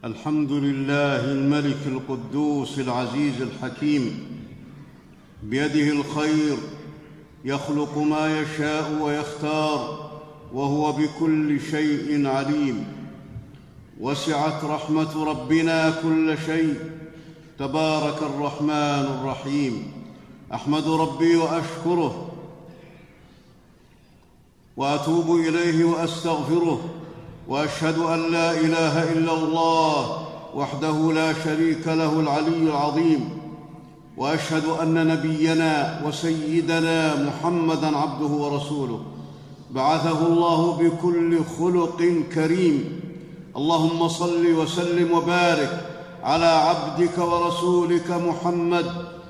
الحمد لله الملك القدوس العزيز الحكيم، بيده الخير، يخلق ما يشاء ويختار، وهو بكل شيء عليم. وسعت رحمة ربنا كل شيء، تبارك الرحمن الرحيم. أحمد ربي وأشكره وأتوب إليه وأستغفره، وأشهد أن لا إله إلا الله وحده لا شريك له العلي العظيم، وأشهد أن نبينا وسيدنا محمدًا عبده ورسوله، بعثه الله بكل خلق كريم. اللهم صل وسلم وبارك على عبدك ورسولك محمد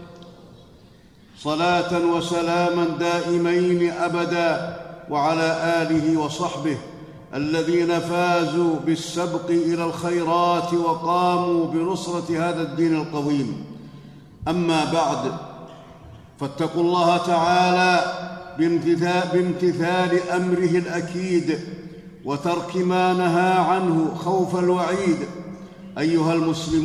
صلاة وسلاما دائمين أبدا، وعلى آله وصحبه الذين فازوا بالسبق إلى الخيرات وقاموا بنصرة هذا الدين القويم. أما بعد، فاتقوا الله تعالى بامتثال أمره الأكيد وترك ما نهى عنه خوف الوعيد. أيها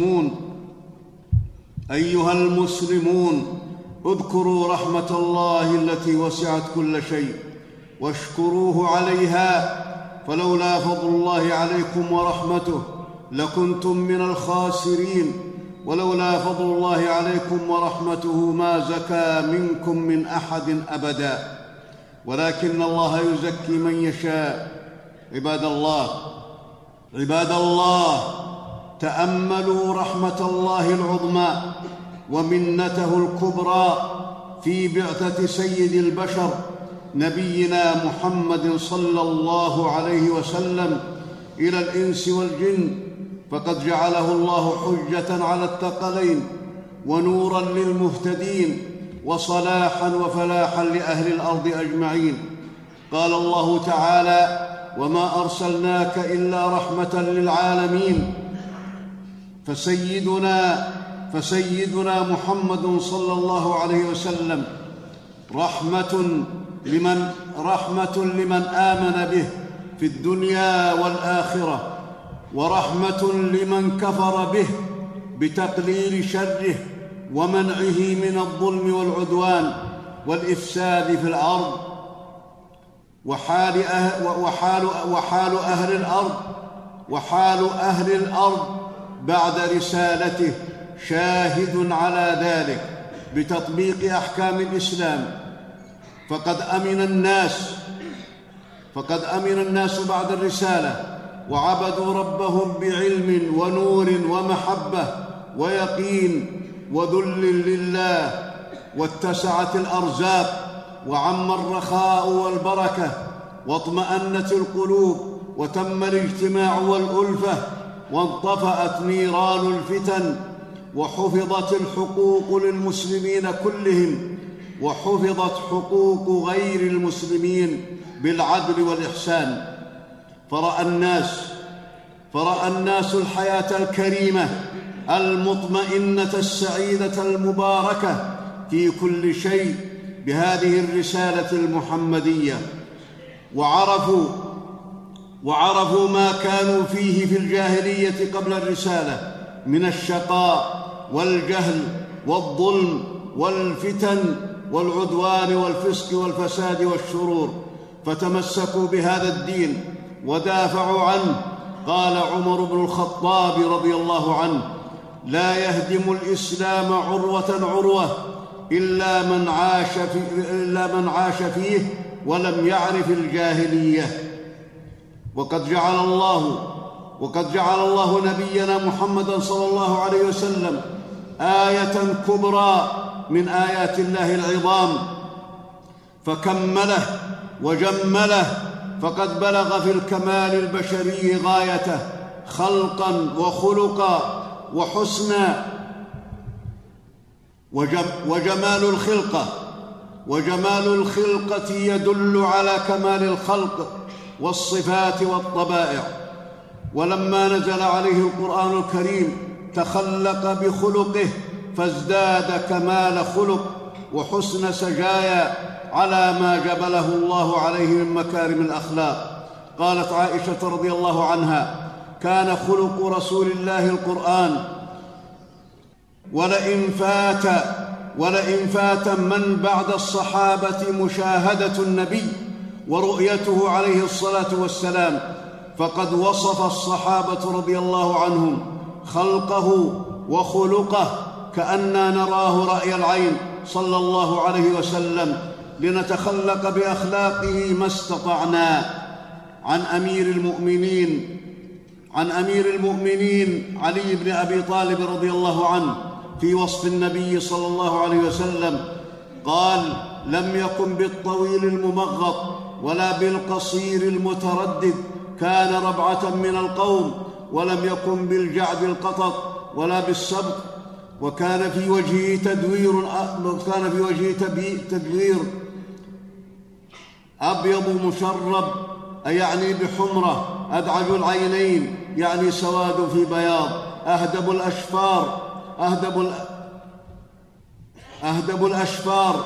المسلمون، اذكروا رحمة الله التي وسعت كل شيء واشكروه عليها، فلولا فضل الله عليكم ورحمته لكنتم من الخاسرين. ولولا فضل الله عليكم ورحمته ما زكى منكم من أحد أبدا، ولكن الله يزكي من يشاء. عباد الله، تأملوا رحمة الله العظمى ومنته الكبرى في بعثة سيد البشر نبينا محمد صلى الله عليه وسلم إلى الإنس والجن، فقد جعله الله حجة على الثقلين ونورا للمهتدين وصلاحا وفلاحا لأهل الأرض أجمعين. قال الله تعالى: وما أرسلناك إلا رحمة للعالمين. فسيدنا محمد صلى الله عليه وسلم رحمة لمن آمن به في الدنيا والآخرة، ورحمة لمن كفر به بتقليل شره ومنعه من الظلم والعدوان والإفساد في الأرض. وحال أهل الأرض بعد رسالته شاهد على ذلك بتطبيق أحكام الإسلام. فقد أمن الناس بعد الرسالة، وعبدوا ربهم بعلم ونور ومحبة ويقين وذل لله، واتسعت الأرزاق، وعم الرخاء والبركة، واطمأنت القلوب، وتم الاجتماع والألفة، وانطفأت نيران الفتن، وحفظت الحقوق للمسلمين كلهم، وحفظت حقوق غير المسلمين بالعدل والإحسان. فرأى الناس الحياة الكريمة المطمئنة السعيدة المباركة في كل شيء بهذه الرسالة المحمدية، وعرفوا ما كانوا فيه في الجاهلية قبل الرسالة من الشقاء والجهل والظلم والفتن والعدوان والفسق والفساد والشرور، فتمسكوا بهذا الدين ودافعوا عنه. قال عمر بن الخطاب رضي الله عنه: لا يهدم الإسلام عروة إلا من عاش فيه ولم يعرف الجاهلية. وقد جعل الله نبينا محمدًا صلى الله عليه وسلم آية كبرى من آيات الله العظام، فكمله وجمله، فقد بلغ في الكمال البشري غايته خلقاً وخلقاً وحسناً، وجمال الخلقة يدل على كمال الخلق والصفات والطبائع. ولما نزل عليه القرآن الكريم تخلق بخلقه، فازداد كمال خلق وحسن سجايا على ما جبله الله عليه من مكارم الأخلاق. قالت عائشة رضي الله عنها: كان خلق رسول الله القرآن. ولئن فات من بعد الصحابة مشاهدة النبي ورؤيته عليه الصلاة والسلام، فقد وصف الصحابة رضي الله عنهم خلقه وخلقه كأننا نراه رأي العين صلى الله عليه وسلم، لنتخلق بأخلاقه ما استطعنا. عن أمير المؤمنين علي بن أبي طالب رضي الله عنه في وصف النبي صلى الله عليه وسلم قال: لم يكن بالطويل الممغط ولا بالقصير المتردد، كان ربعة من القوم، ولم يكن بالجعد القطط ولا بالسبط، وكان في وجهه تدوير أبيض مشرب، يعني بحمرة، أدعج العينين، يعني سواد في بياض، أهدب الأشفار،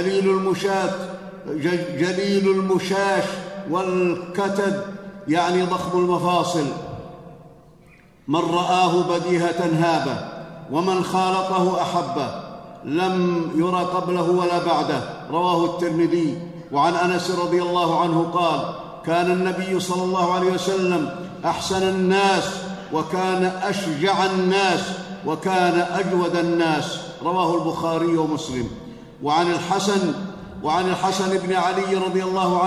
جليل المشاش والكتد، يعني ضخم المفاصل. من رآه بديهة هابه، ومن خالطه أحبه، لم ير قبله ولا بعده. رواه الترمذي. وعن أنس رضي الله عنه قال: كان النبي صلى الله عليه وسلم أحسن الناس، وكان أشجع الناس، وكان أجود الناس. رواه البخاري ومسلم. وعن الحسن بن علي رضي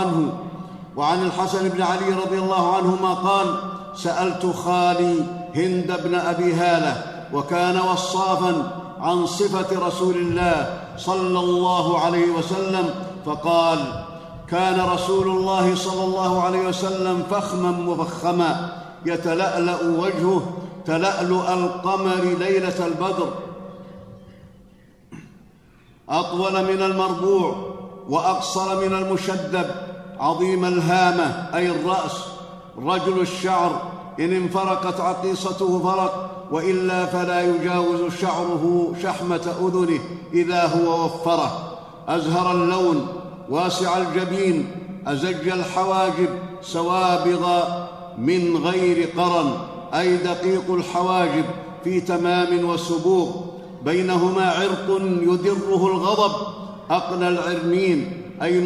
الله عنهما قال: سألت خالي هند بن أبي هالة، وكان وصافا، عن صفة رسول الله صلى الله عليه وسلم، فقال: كان رسول الله صلى الله عليه وسلم فخما مفخما، يتلألأ وجهه تلألؤ القمر ليلة البدر، أطول من المربوع وأقصر من المشدب، عظيم الهامة أي الرأس، رجل الشعر، إن انفرقت عقيصته فرق، وإلا فلا يجاوز شعره شحمة أذنه إذا هو وفره، أزهر اللون، واسع الجبين، أزج الحواجب، سوابغ من غير قرن، أي دقيق الحواجب في تمام وسبوغ، بينهما عرق يدره الغضب، أقنى العرنين، أي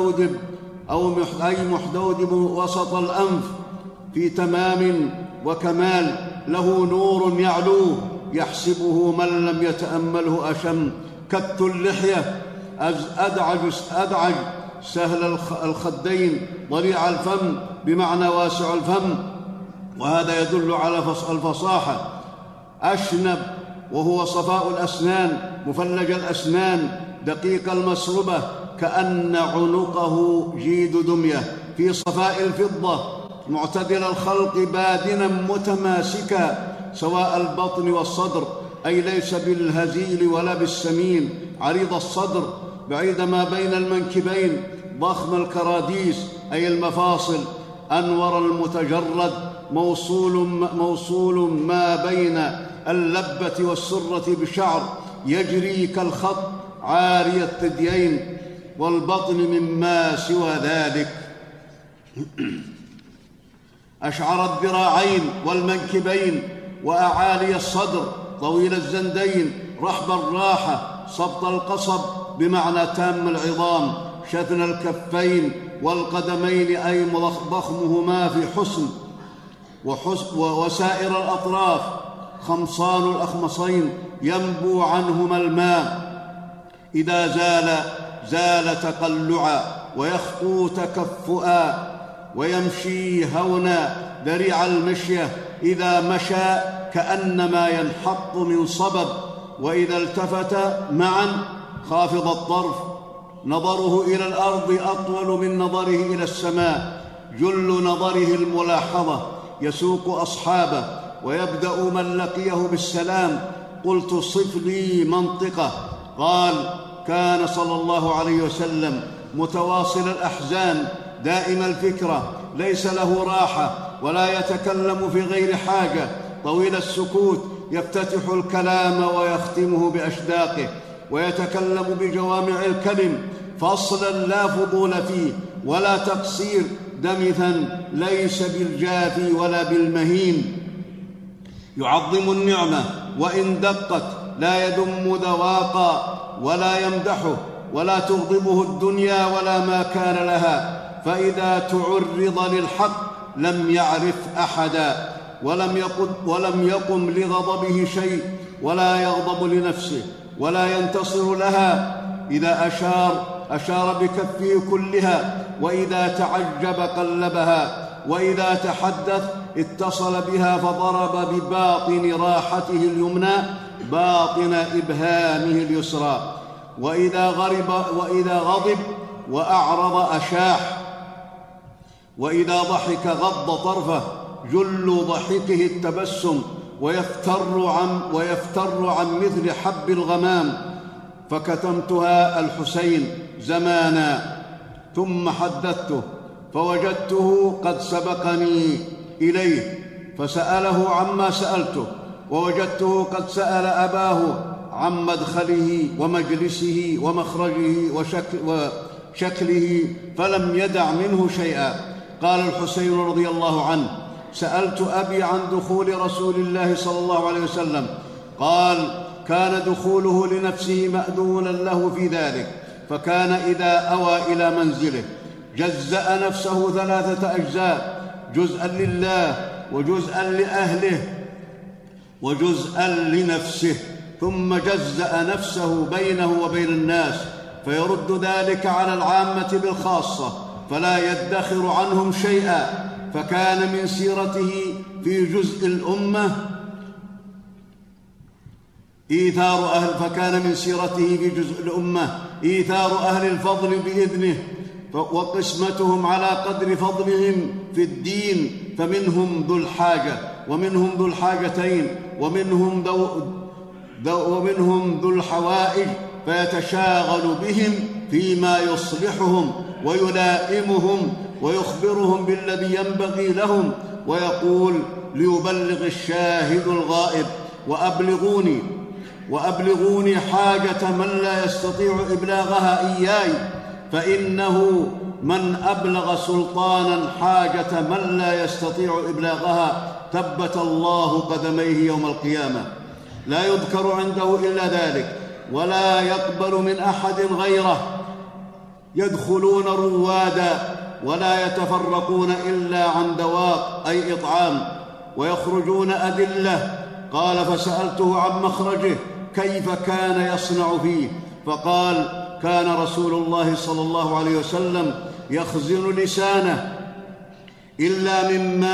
محدودب وسط الأنف في تمام وكمال، له نور يعلوه يحسبه من لم يتأمله أشم، كت اللحية، أدعج سهل الخدين، ضليع الفم، بمعنى واسع الفم، وهذا يدل على الفصاحة. أشنب، وهو صفاء الأسنان، مفلج الأسنان، دقيق المسربة، كأن عنقه جيد دمية، في صفاء الفضة، معتدل الخلق، بادنا متماسكا، سواء البطن والصدر، أي ليس بالهزيل ولا بالسمين، عريض الصدر، بعيد ما بين المنكبين، ضخم الكراديس، أي المفاصل، أنور المتجرد، موصول ما بين اللبة والسرة بشعر، يجري كالخط، عاري الثديين والبطن مما سوى ذلك، أشعر الذراعين والمنكبين، وأعالي الصدر، طويل الزندين، رحب الراحة، سبط القصب، بمعنى تام العظام، شثن الكفين والقدمين، أي ضخمهما في حسن، وسائر الأطراف، خمصان الأخمصين، ينبو عنهما الماء، إذا زال تقلعا، ويخطو تكفؤا، ويمشي هونا، ذريع المشية، إذا مشى كأنما ينحط من صبب، وإذا التفت معا خافض الطرف، نظره إلى الأرض أطول من نظره إلى السماء، جل نظره الملاحظة، يسوق أصحابه، ويبدأ من لقيه بالسلام. قلت: صف لي منطقه. قال: كان صلى الله عليه وسلم متواصل الأحزان، دائم الفكرة، ليس له راحة، ولا يتكلم في غير حاجة، طويل السكوت، يفتتح الكلام ويختمه بأشداقه، ويتكلم بجوامع الكلم، فصلا لا فضول فيه ولا تقصير، دمثا ليس بالجافي ولا بالمهين، يعظم النعمة وإن دقت، لا يدم ذواقا ولا يمدحه، ولا تغضبه الدنيا ولا ما كان لها، فإذا تعرض للحق لم يعرف أحدا، ولم يقم لغضبه شيء، ولا يغضب لنفسه ولا ينتصر لها. إذا أشار بكفه كلها، وإذا تعجب قلبها، وإذا تحدث اتصل بها فضرب بباطن راحته اليمنى باطن إبهامه اليسرى، وإذا غضب وأعرض أشاح، وإذا ضحك غض طرفه، جل ضحكه التبسم، ويفتر عن مثل حب الغمام. فكتمتها الحسين زمانا، ثم حدثته فوجدته قد سبقني إليه فسأله عما سألته، ووجدته قد سأل أباه عن مدخله ومجلسه ومخرجه وشكله فلم يدع منه شيئا. قال الحسين رضي الله عنه: سألت أبي عن دخول رسول الله صلى الله عليه وسلم، قال: كان دخوله لنفسه مأذونا له في ذلك، فكان إذا أوى إلى منزله جزأ نفسه 3 أجزاء، جزءا لله وجزءا لأهله وجزءا لنفسه، ثم جزأ نفسه بينه وبين الناس، فيرد ذلك على العامة بالخاصة، فلا يدخر عنهم شيئا. فكان من سيرته في جزء الأمة إيثار أهل الفضل بإذنه، وقسمتهم على قدر فضلهم في الدين، فمنهم ذو الحاجة ومنهم ذو الحاجتين ومنهم ذو الحوائج، فيتشاغل بهم فيما يصلحهم ويلائمهم ويخبرهم بالذي ينبغي لهم، ويقول: ليبلغ الشاهد الغائب، وأبلغوني حاجة من لا يستطيع إبلاغها إياي، فإنه من أبلغ سلطانا حاجة من لا يستطيع إبلاغها ثبت الله قدميه يوم القيامة، لا يذكر عنده إلا ذلك، ولا يقبل من أحد غيره، يدخلون روادا ولا يتفرقون إلا عن دواق أي إطعام، ويخرجون أذلة. قال: فسألته عن مخرجه كيف كان يصنع فيه، فقال: كان رسول الله صلى الله عليه وسلم يخزن لسانه إلا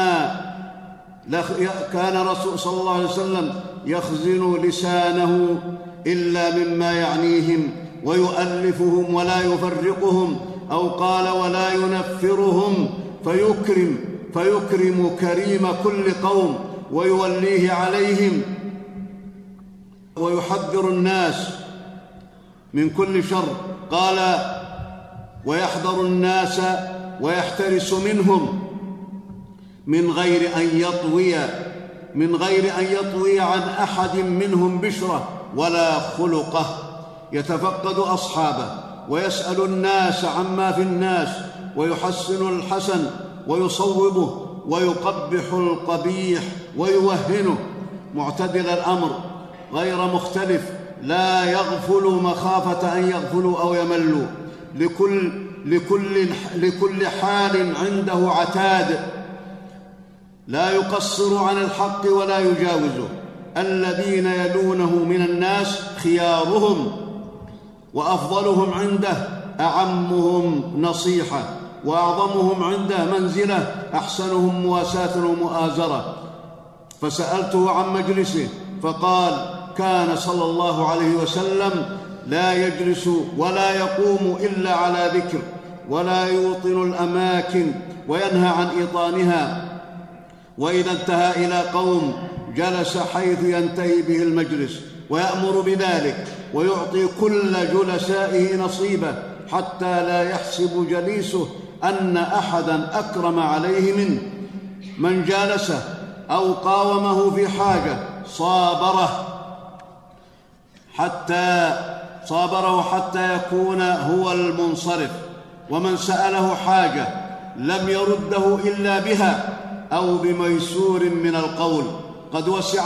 مما يعنيهم، ويؤلفهم ولا يفرقهم، أو قال: ولا ينفرهم، فيكرم كريم كل قوم، ويوليه عليهم، ويحذر الناس من كل شر. قال: ويحذر الناس ويحترس منهم من غير أن يطوي عن أحد منهم بشرة ولا خلقه، يتفقد أصحابه ويسأل الناس عما في الناس، ويحسن الحسن ويصوبه، ويقبح القبيح ويوهنه، معتدل الأمر غير مختلف، لا يغفل مخافة أن يغفلوا أو يملوا، لكل حال عنده عتاد، لا يقصر عن الحق ولا يجاوزه. الذين يلونه من الناس خيارهم، وأفضلهم عنده أعمهم نصيحة، وأعظمهم عنده منزلة أحسنهم مواساة ومؤازرة. فسألته عن مجلسه فقال: كان صلى الله عليه وسلم لا يجلس ولا يقوم إلا على ذكر، ولا يوطن الأماكن وينهى عن إيطانها، وإذا انتهى إلى قوم جلس حيث ينتهي به المجلس، ويأمر بذلك، ويعطي كل جلسائه نصيبه، حتى لا يحسب جليسه أن أحدا أكرم عليه منه. من جالسه أو قاومه في حاجة صابره حتى يكون هو المنصرف، ومن سأله حاجة لم يرده إلا بها أو بميسور من القول. قد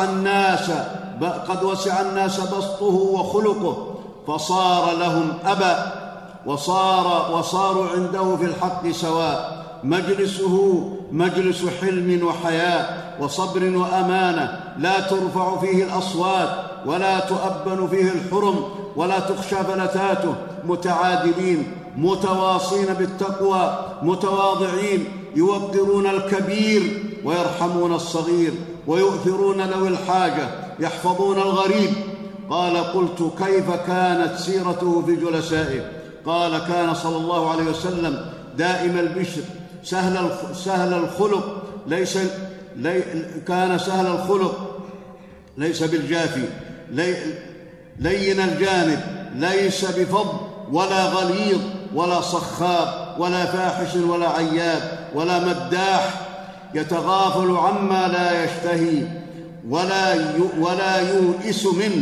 وسع الناس بسطه وخلقه، فصار لهم أبا، وصاروا عنده في الحق سواء. مجلسه مجلس حلم وحياء وصبر وأمانة، لا ترفع فيه الأصوات ولا تؤبن فيه الحرم ولا تخشى فلتاته. متعادلين متواصين بالتقوى، متواضعين، يوقرون الكبير ويرحمون الصغير، ويؤثرون ذوي الحاجة، يحفظون الغريب. قال: قلت: كيف كانت سيرته في جلسائه؟ قال: كان صلى الله عليه وسلم دائم البشر، سهل الخلق، كان سهل الخلق ليس بالجافي، لين الجانب، ليس بفظ ولا غليظ ولا صخاب ولا فاحش ولا عياب ولا مداح، يتغافل عما لا يشتهي ولا يوئس منه،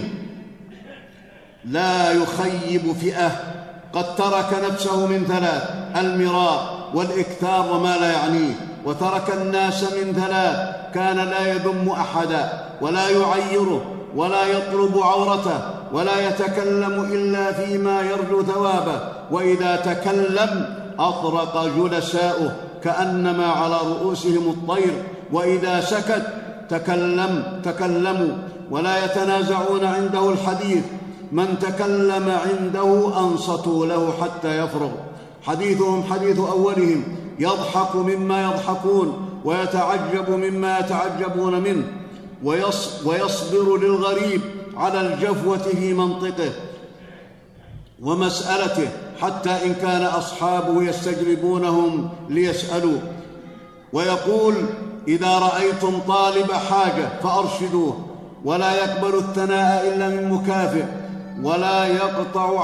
لا يخيب فئة. قد ترك نفسه من ثلاث: المراء والإكثار وما لا يعنيه، وترك الناس من ثلاث: كان لا يذم أحدا ولا يعيره ولا يطلب عورته ولا يتكلم إلا فيما يرجو ثوابه، وإذا تكلم أطرق جلساؤه كأنما على رؤوسهم الطير، وإذا سكت تكلموا ولا يتنازعون عنده الحديث. من تكلم عنده أنصتوا له حتى يفرغ. حديثهم حديث أولهم، يضحك مما يضحكون ويتعجب مما يتعجبون منه، ويصبر للغريب على الجفوة في منطقه ومسألته، حتى إن كان أصحابه يستجلبونهم ليسألوا. ويقول: إذا رأيتم طالب حاجة فأرشدوه، ولا يقبل الثناء إلا من مكافئ، ولا يقطع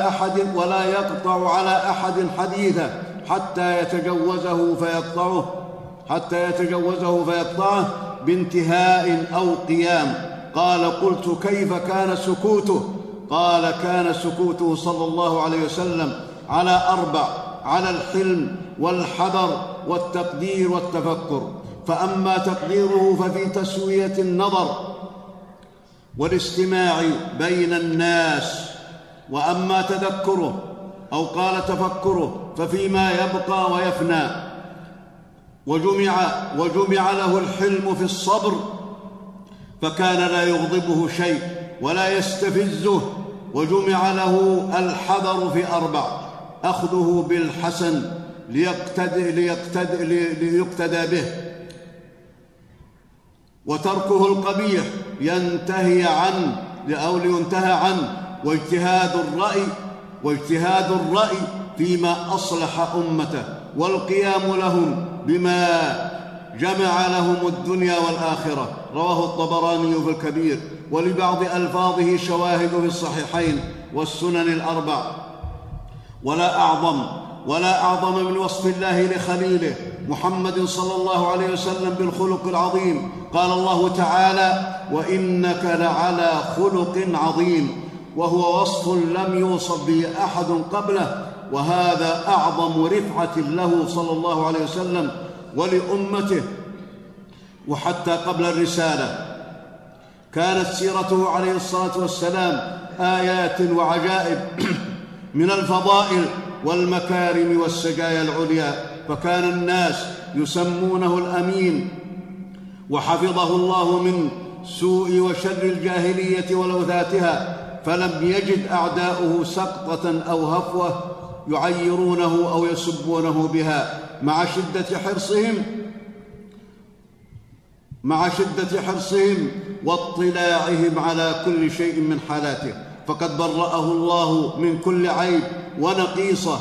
على أحد حديثه حتى يتجوزه فيقطعه بانتهاء أو قيام. قال: قلت: كيف كان سكوته؟ قال: كان سكوته صلى الله عليه وسلم على 4: على الحلم والحذر والتقدير والتفكر. فأما تقديره ففي تسوية النظر والاستماع بين الناس، وأما تذكره أو قال تفكره ففيما يبقى ويفنى. وجمع له الحلم في الصبر، فكان لا يغضبه شيء ولا يستفزه. وجمع له الحذر في 4: أخذه بالحسن ليقتدى به، وتركه القبيح لينتهى عنه، واجتهاد الرأي فيما أصلح أمته، والقيام لهم بما جمع لهم الدنيا والآخرة. رواه الطبراني في الكبير، ولبعض ألفاظه شواهد في الصحيحين والسنن ال4. ولا أعظم من وصف الله لخليله محمد صلى الله عليه وسلم بالخلق العظيم. قال الله تعالى: وإنك لعلى خلق عظيم، وهو وصف لم يوصف به أحد قبله، وهذا أعظم رفعة له صلى الله عليه وسلم ولأمته. وحتى قبل الرسالة كانت سيرته عليه الصلاة والسلام آيات وعجائب من الفضائل والمكارم والسجايا العليا، فكان الناس يسمونه الأمين، وحفظه الله من سوء وشر الجاهلية ولوثاتها، فلم يجد أعداؤه سقطة أو هفوة يعيرونه أو يسبونه بها، مع شدة حرصهم واطلاعهم على كل شيء من حالاته، فقد برأه الله من كل عيب ونقيصة.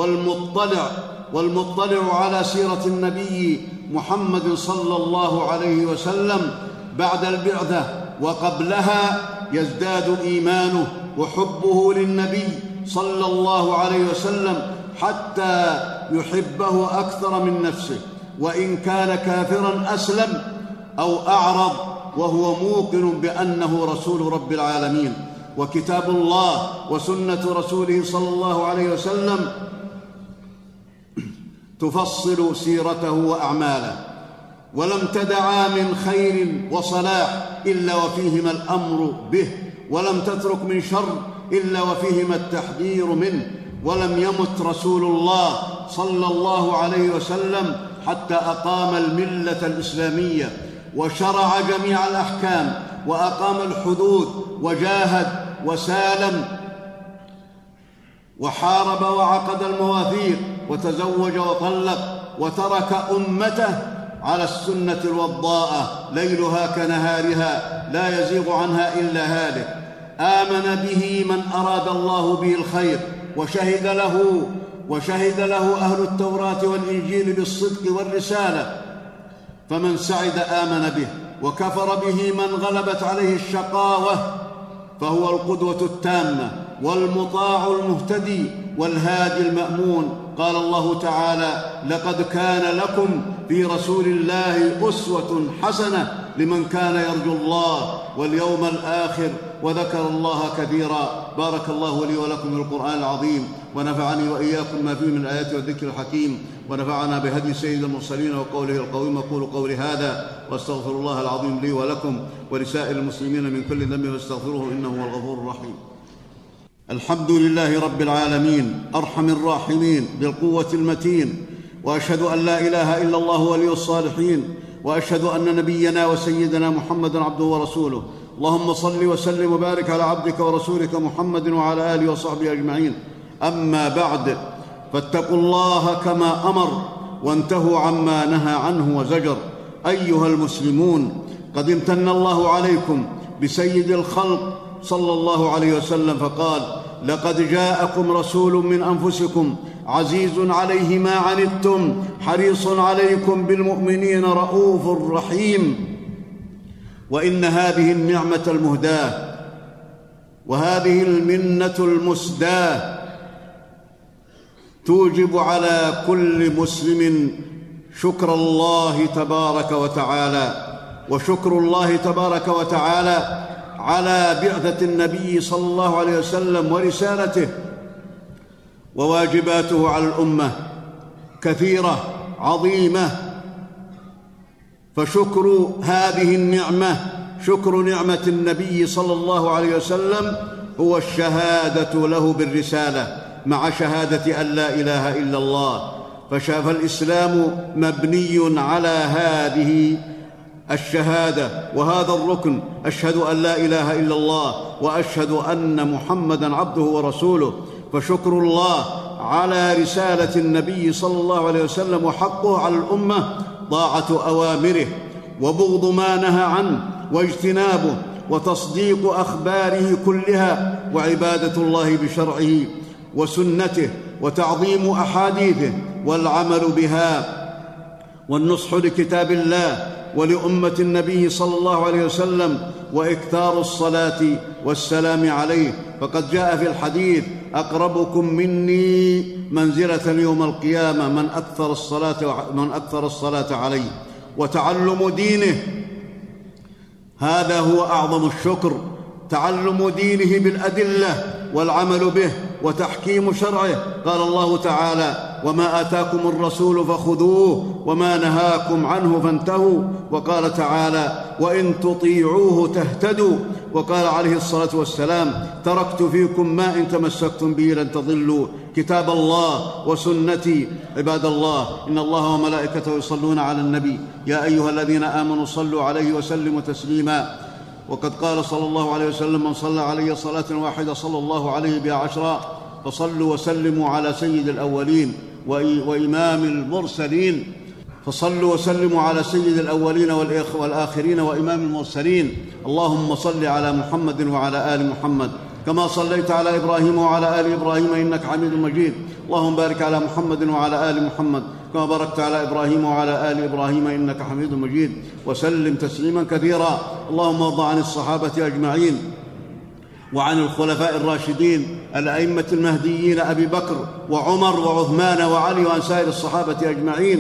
والمطلع على سيرة النبي محمد صلى الله عليه وسلم بعد البعثة وقبلها يزداد إيمانه وحبه للنبي صلى الله عليه وسلم حتى يحبه أكثر من نفسه، وإن كان كافراً أسلم أو أعرض وهو موقن بأنه رسول رب العالمين. وكتاب الله وسنة رسوله صلى الله عليه وسلم تفصل سيرته وأعماله، ولم تدعا من خير وصلاح إلا وفيهما الأمر به، ولم تترك من شر إلا وفيهما التحذير منه، ولم يمت رسول الله صلى الله عليه وسلم حتى أقام الملة الإسلامية وشرع جميع الأحكام وأقام الحدود وجاهد وسالم وحارب وعقد المواثيق وتزوج وطلق، وترك أمته على السنة الوضاءة ليلها كنهارها لا يزيغ عنها إلا هالك. آمن به من أراد الله به الخير، وشهد له أهل التوراة والإنجيل بالصدق والرسالة، فمن سعد آمن به، وكفر به من غلبت عليه الشقاوة، فهو القدوة التامة والمطاع المهتدي والهادي المأمون. قال الله تعالى: لقد كان لكم في رسول الله أسوة حسنة لمن كان يرجو الله واليوم الآخر وذكر الله كثيرا. بارك الله لي ولكم في القرآن العظيم، ونفعني وإياكم ما فيه من الآيات والذكر الحكيم، ونفعنا بهدي سيد المرسلين وقوله القويم. أقول قولي هذا وأستغفر الله العظيم لي ولكم ولسائر المسلمين من كل ذنب فاستغفروه إنه هو الغفور الرحيم. الحمد لله رب العالمين أرحم الراحمين بالقوة المتين، وأشهد أن لا إله إلا الله ولي الصالحين، وأشهد أن نبينا وسيدنا محمدًا عبده ورسوله. اللهم صل وسلم وبارك على عبدك ورسولك محمد وعلى آله وصحبه أجمعين. أما بعد، فاتقوا الله كما أمر وانتهوا عما نهى عنه وزجر. أيها المسلمون، قد امتن الله عليكم بسيد الخلق صلى الله عليه وسلم فقال: لقد جاءكم رسول من أنفسكم عزيز عليه ما عنتم حريص عليكم بالمؤمنين رءوف رحيم. وإن هذه النعمة المهداة وهذه المنة المسداة توجب على كل مسلم شكر الله تبارك وتعالى، وشكر الله تبارك وتعالى على بعثة النبي صلى الله عليه وسلم ورسالته. وواجباته على الأمة كثيرة عظيمة، فشكر هذه النعمة، شكر نعمة النبي صلى الله عليه وسلم، هو الشهادة له بالرسالة مع شهادة أن لا إله إلا الله. فالإسلام مبني على هذه الشهادة وهذا الركن: أشهد أن لا إله إلا الله وأشهد أن محمدًا عبده ورسوله. فشكر الله على رسالة النبي صلى الله عليه وسلم وحقه على الأمة طاعة أوامره وبغض ما نهى عنه واجتنابه وتصديق أخباره كلها، وعبادة الله بشرعه وسنته وتعظيم أحاديثه والعمل بها، والنصح لكتاب الله ولأمة النبي صلى الله عليه وسلم، وإكثار الصلاة والسلام عليه. فقد جاء في الحديث: أقربكم مني منزلة يوم القيامة من أكثر الصلاة عليه. وتعلم دينه، هذا هو أعظم الشكر، تعلم دينه بالأدلة والعمل به وتحكيم شرعه. قال الله تعالى: وما آتاكم الرسول فخذوه وما نهاكم عنه فانتهوا. وقال تعالى: وإن تطيعوه تهتدوا. وقال عليه الصلاة والسلام: تركت فيكم ما إن تمسكتم به لن تضلوا، كتاب الله وسنتي. عباد الله، إن الله وملائكته يصلون على النبي، يا أيها الذين آمنوا صلوا عليه وسلموا تسليما. وقد قال صلى الله عليه وسلم: من صلى علي صلاة واحدة صلى الله عليه بها عشرا. فصلوا وسلموا على سيد الأولين وإمام المرسلين، فصلوا وسلموا على سيد الأولين والآخرين وإمام المرسلين. اللهم صل على محمد وعلى آل محمد كما صليت على إبراهيم وعلى آل إبراهيم إنك حميد مجيد. اللهم بارك على محمد وعلى آل محمد كما باركت على إبراهيم وعلى آل إبراهيم إنك حميد مجيد، وسلم تسليما كثيرا. اللهم ارض عن الصحابة أجمعين وعن الخلفاء الراشدين الأئمة المهديين أبي بكر وعمر وعثمان وعلي وعن سائر الصحابة أجمعين.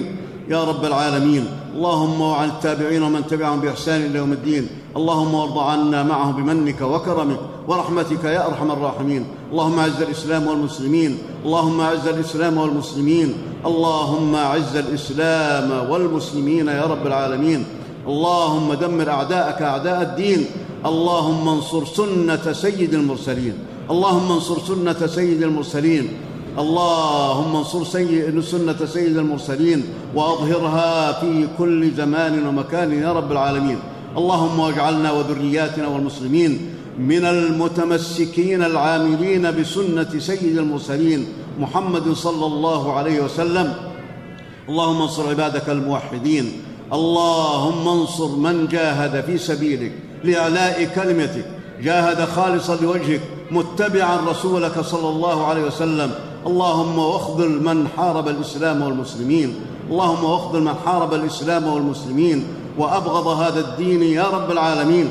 يا رب العالمين. اللهم وعن التابعين ومن تبعهم بإحسان إلى يوم الدين. اللهم وارض عنا معه بمنك وكرمك ورحمتك يا أرحم الراحمين. اللهم أعز الإسلام والمسلمين، اللهم أعز الإسلام والمسلمين، اللهم أعز الإسلام والمسلمين يا رب العالمين. اللهم دمر أعداءك أعداء الدين. اللهم انصر سنة سيد المرسلين، اللهم انصر سنة سيد المرسلين، اللهم انصر سنة سيد المرسلين وأظهرها في كل زمان ومكان يا رب العالمين. اللهم واجعلنا وذرياتنا والمسلمين من المتمسكين العاملين بسنة سيد المرسلين محمد صلى الله عليه وسلم. اللهم انصر عبادك الموحدين، اللهم انصر من جاهد في سبيلك لإعلاء كلمتك، جاهد خالصا لوجهك متبعا رسولك صلى الله عليه وسلم. اللهم واخذل من حارب الإسلام والمسلمين، اللهم واخذل من حارب الإسلام والمسلمين وأبغض هذا الدين يا رب العالمين.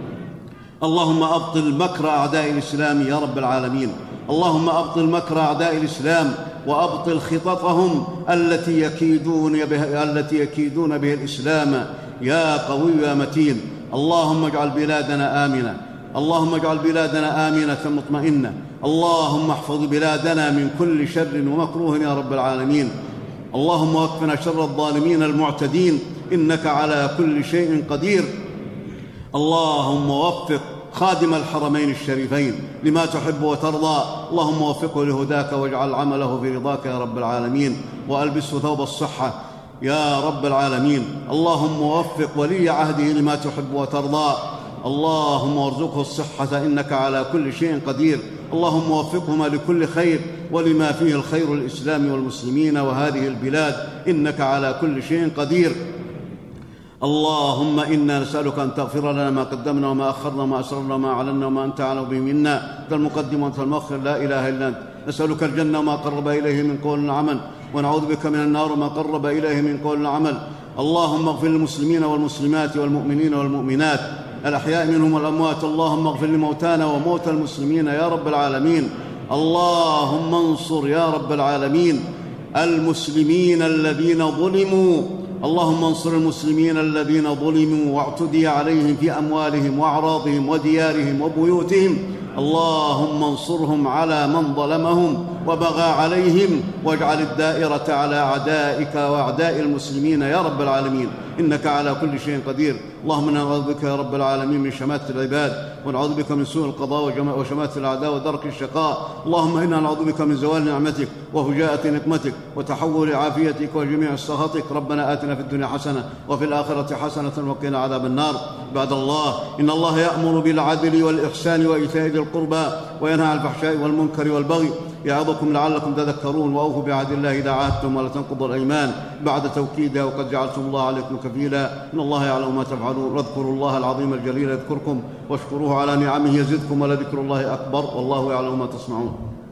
اللهم أبطل مكر أعداء الإسلام يا رب العالمين. اللهم أبطل مكر أعداء الإسلام وأبطل خططهم التي يكيدون به الإسلام يا قوي يا متين. اللهم اجعل بلادنا آمنة، اللهم اجعل بلادنا آمنة مطمئنة. اللهم احفظ بلادنا من كل شر ومكروه يا رب العالمين. اللهم واكفنا شر الظالمين المعتدين، إنك على كل شيء قدير. اللهم وفق خادم الحرمين الشريفين لما تحب وترضى، اللهم وفقه لهداك واجعل عمله في رضاك يا رب العالمين، وألبسه ثوب الصحة يا رب العالمين. اللهم وفق ولي عهده لما تحب وترضى، اللهم وارزقه الصحة إنك على كل شيء قدير. اللهم وفقهما لكل خير ولما فيه الخير للإسلام والمسلمين وهذه البلاد، إنك على كل شيء قدير. اللهم إنا نسألك أن تغفر لنا ما قدمنا وما أخرنا وما أسررنا وما أعلنا وما أنت أعلم به منا، أنت المقدم وأنت المؤخر، لا إله إلا أنت. نسألك الجنة وما قرب إليه من قول وعمل، ونعوذ بك من النار وما قرب إليه من قول وعمل. اللهم اغفر للمسلمين والمسلمات والمؤمنين والمؤمنات الأحياء منهم والأموات. اللهم اغفر لموتانا وموتى المسلمين يا رب العالمين. اللهم انصر يا رب العالمين المسلمين الذين ظلموا، اللهم انصر المسلمين الذين ظلموا واعتدي عليهم في أموالهم وأعراضهم وديارهم وبيوتهم. اللهم انصرهم على من ظلمهم وبغى عليهم، واجعل الدائرة على أعدائك وأعداء المسلمين يا رب العالمين، إنك على كل شيء قدير. اللهم إنا نعوذ بك يا رب العالمين من شماتة العباد، ونعوذ بك من سوء القضاء وشماتة الأعداء ودرك الشقاء. اللهم إنا نعوذ بك من زوال نعمتك وفجاءة نقمتك وتحول عافيتك وجميع سخطك. ربنا آتنا في الدنيا حسنة وفي الآخرة حسنة وقنا عذاب النار. بعد الله، إن الله يأمر بالعدل والإحسان وإيتاء ذي القربى وينهى عن الفحشاء والمنكر والبغي يعظكم لعلكم تذكرون. وأوفوا بعهد الله إذا عاهدتم ولا تنقضوا الأيمان بعد توكيدها، وقد جعلتم الله عليكم كفيلا، إن الله يعلم ما تفعلون. واذكروا الله العظيم الجليل يذكركم، واشكروه على نعمه يزدكم، ولذكر الله أكبر، والله يعلم ما تصنعون.